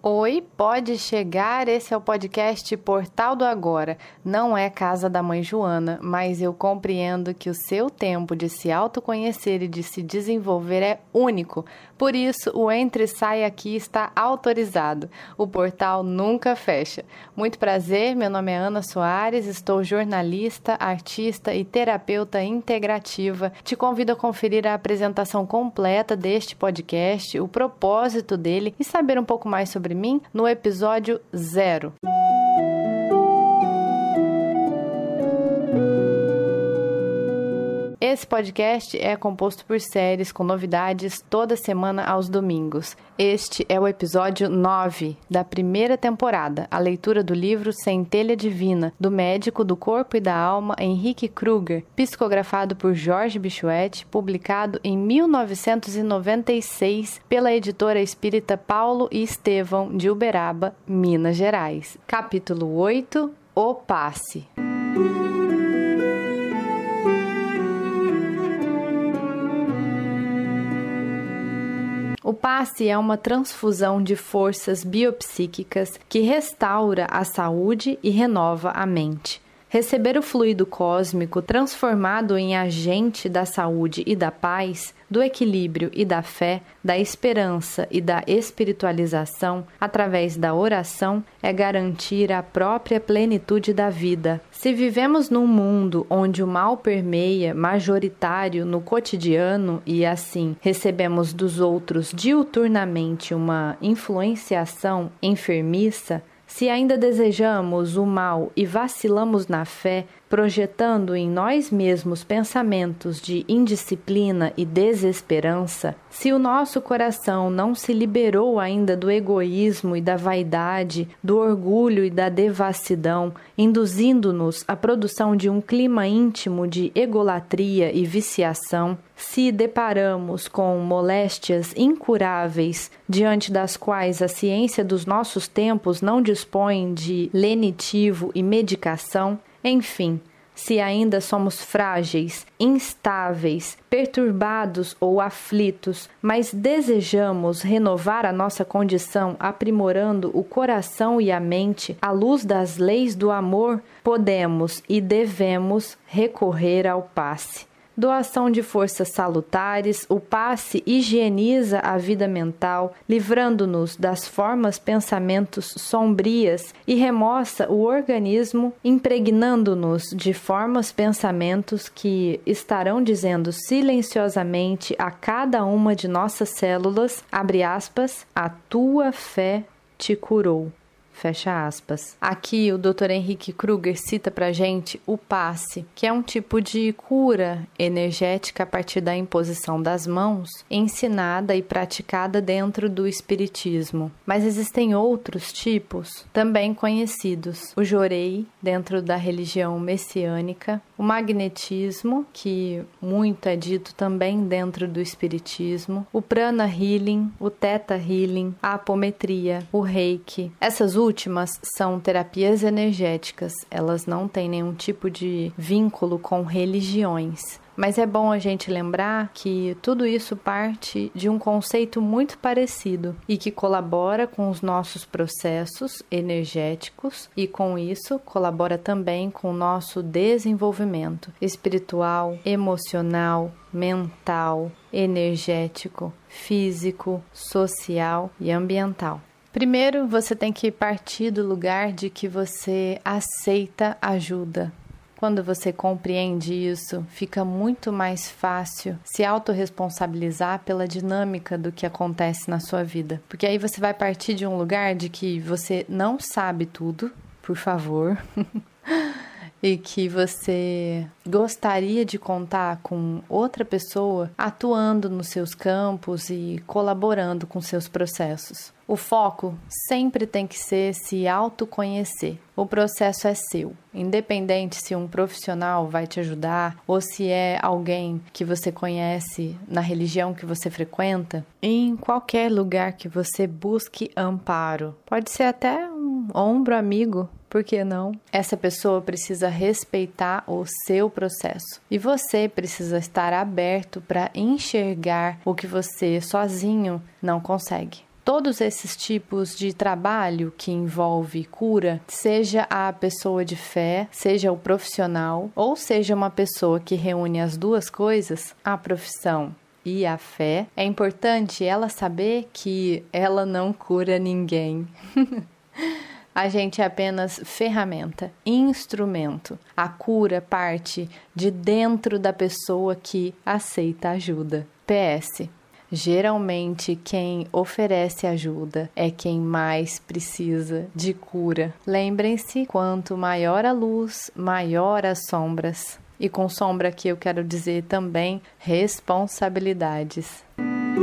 Oi, pode chegar, esse é o podcast Portal do Agora. Não é casa da mãe Joana, mas eu compreendo que o seu tempo de se autoconhecer e de se desenvolver é único. Por isso, o Entre e Sai aqui está autorizado. O portal nunca fecha. Muito prazer, meu nome é Ana Soares, estou jornalista, artista e terapeuta integrativa. Te convido a conferir a apresentação completa deste podcast, o propósito dele e saber um pouco mais sobre mim no episódio 0. Esse podcast é composto por séries com novidades toda semana aos domingos. Este é o episódio 9 da primeira temporada, a leitura do livro Centelha Divina, do médico do corpo e da alma Henrique Kruger, psicografado por Jorge Bichuete, publicado em 1996 pela editora espírita Paulo e Estevão de Uberaba, Minas Gerais. Capítulo 8, O Passe. O passe é uma transfusão de forças biopsíquicas que restaura a saúde e renova a mente. Receber o fluido cósmico transformado em agente da saúde e da paz, do equilíbrio e da fé, da esperança e da espiritualização, através da oração, é garantir a própria plenitude da vida. Se vivemos num mundo onde o mal permeia majoritário no cotidiano e, assim, recebemos dos outros diuturnamente uma influenciação enfermiça, se ainda desejamos o mal e vacilamos na fé, projetando em nós mesmos pensamentos de indisciplina e desesperança, se o nosso coração não se liberou ainda do egoísmo e da vaidade, do orgulho e da devassidão, induzindo-nos à produção de um clima íntimo de egolatria e viciação, se deparamos com moléstias incuráveis, diante das quais a ciência dos nossos tempos não dispõe de lenitivo e medicação, enfim, se ainda somos frágeis, instáveis, perturbados ou aflitos, mas desejamos renovar a nossa condição aprimorando o coração e a mente à luz das leis do amor, podemos e devemos recorrer ao passe. Doação de forças salutares, o passe higieniza a vida mental, livrando-nos das formas pensamentos sombrias e remoça o organismo, impregnando-nos de formas pensamentos que estarão dizendo silenciosamente a cada uma de nossas células, abre aspas, a tua fé te curou. Fecha aspas. Aqui o Dr. Henrique Kruger cita pra gente o passe, que é um tipo de cura energética a partir da imposição das mãos, ensinada e praticada dentro do espiritismo. Mas existem outros tipos, também conhecidos. O jorei, dentro da religião messiânica, o magnetismo, que muito é dito também dentro do espiritismo, o prana healing, o theta healing, a apometria, o reiki. Essas últimas são terapias energéticas, elas não têm nenhum tipo de vínculo com religiões. Mas é bom a gente lembrar que tudo isso parte de um conceito muito parecido e que colabora com os nossos processos energéticos e, com isso, colabora também com o nosso desenvolvimento espiritual, emocional, mental, energético, físico, social e ambiental. Primeiro, você tem que partir do lugar de que você aceita ajuda. Quando você compreende isso, fica muito mais fácil se autorresponsabilizar pela dinâmica do que acontece na sua vida. Porque aí você vai partir de um lugar de que você não sabe tudo, por favor, e que você gostaria de contar com outra pessoa atuando nos seus campos e colaborando com seus processos. O foco sempre tem que ser se autoconhecer. O processo é seu, independente se um profissional vai te ajudar ou se é alguém que você conhece na religião que você frequenta. Em qualquer lugar que você busque amparo, pode ser até um ombro amigo. Por que não? Essa pessoa precisa respeitar o seu processo. E você precisa estar aberto para enxergar o que você sozinho não consegue. Todos esses tipos de trabalho que envolve cura, seja a pessoa de fé, seja o profissional, ou seja uma pessoa que reúne as duas coisas, a profissão e a fé, é importante ela saber que ela não cura ninguém. A gente é apenas ferramenta, instrumento. A cura parte de dentro da pessoa que aceita ajuda. PS. Geralmente, quem oferece ajuda é quem mais precisa de cura. Lembrem-se, quanto maior a luz, maior as sombras. E com sombra aqui eu quero dizer também responsabilidades.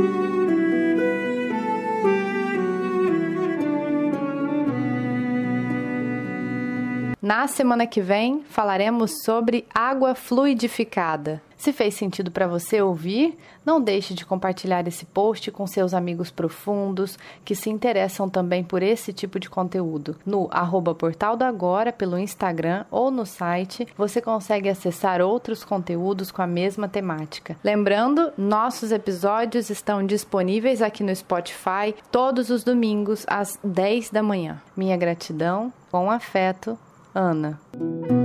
Na semana que vem, falaremos sobre água fluidificada. Se fez sentido para você ouvir, não deixe de compartilhar esse post com seus amigos profundos que se interessam também por esse tipo de conteúdo. No @Portal do Agora, pelo Instagram ou no site, você consegue acessar outros conteúdos com a mesma temática. Lembrando, nossos episódios estão disponíveis aqui no Spotify todos os domingos às 10 da manhã. Minha gratidão, com afeto, Ana.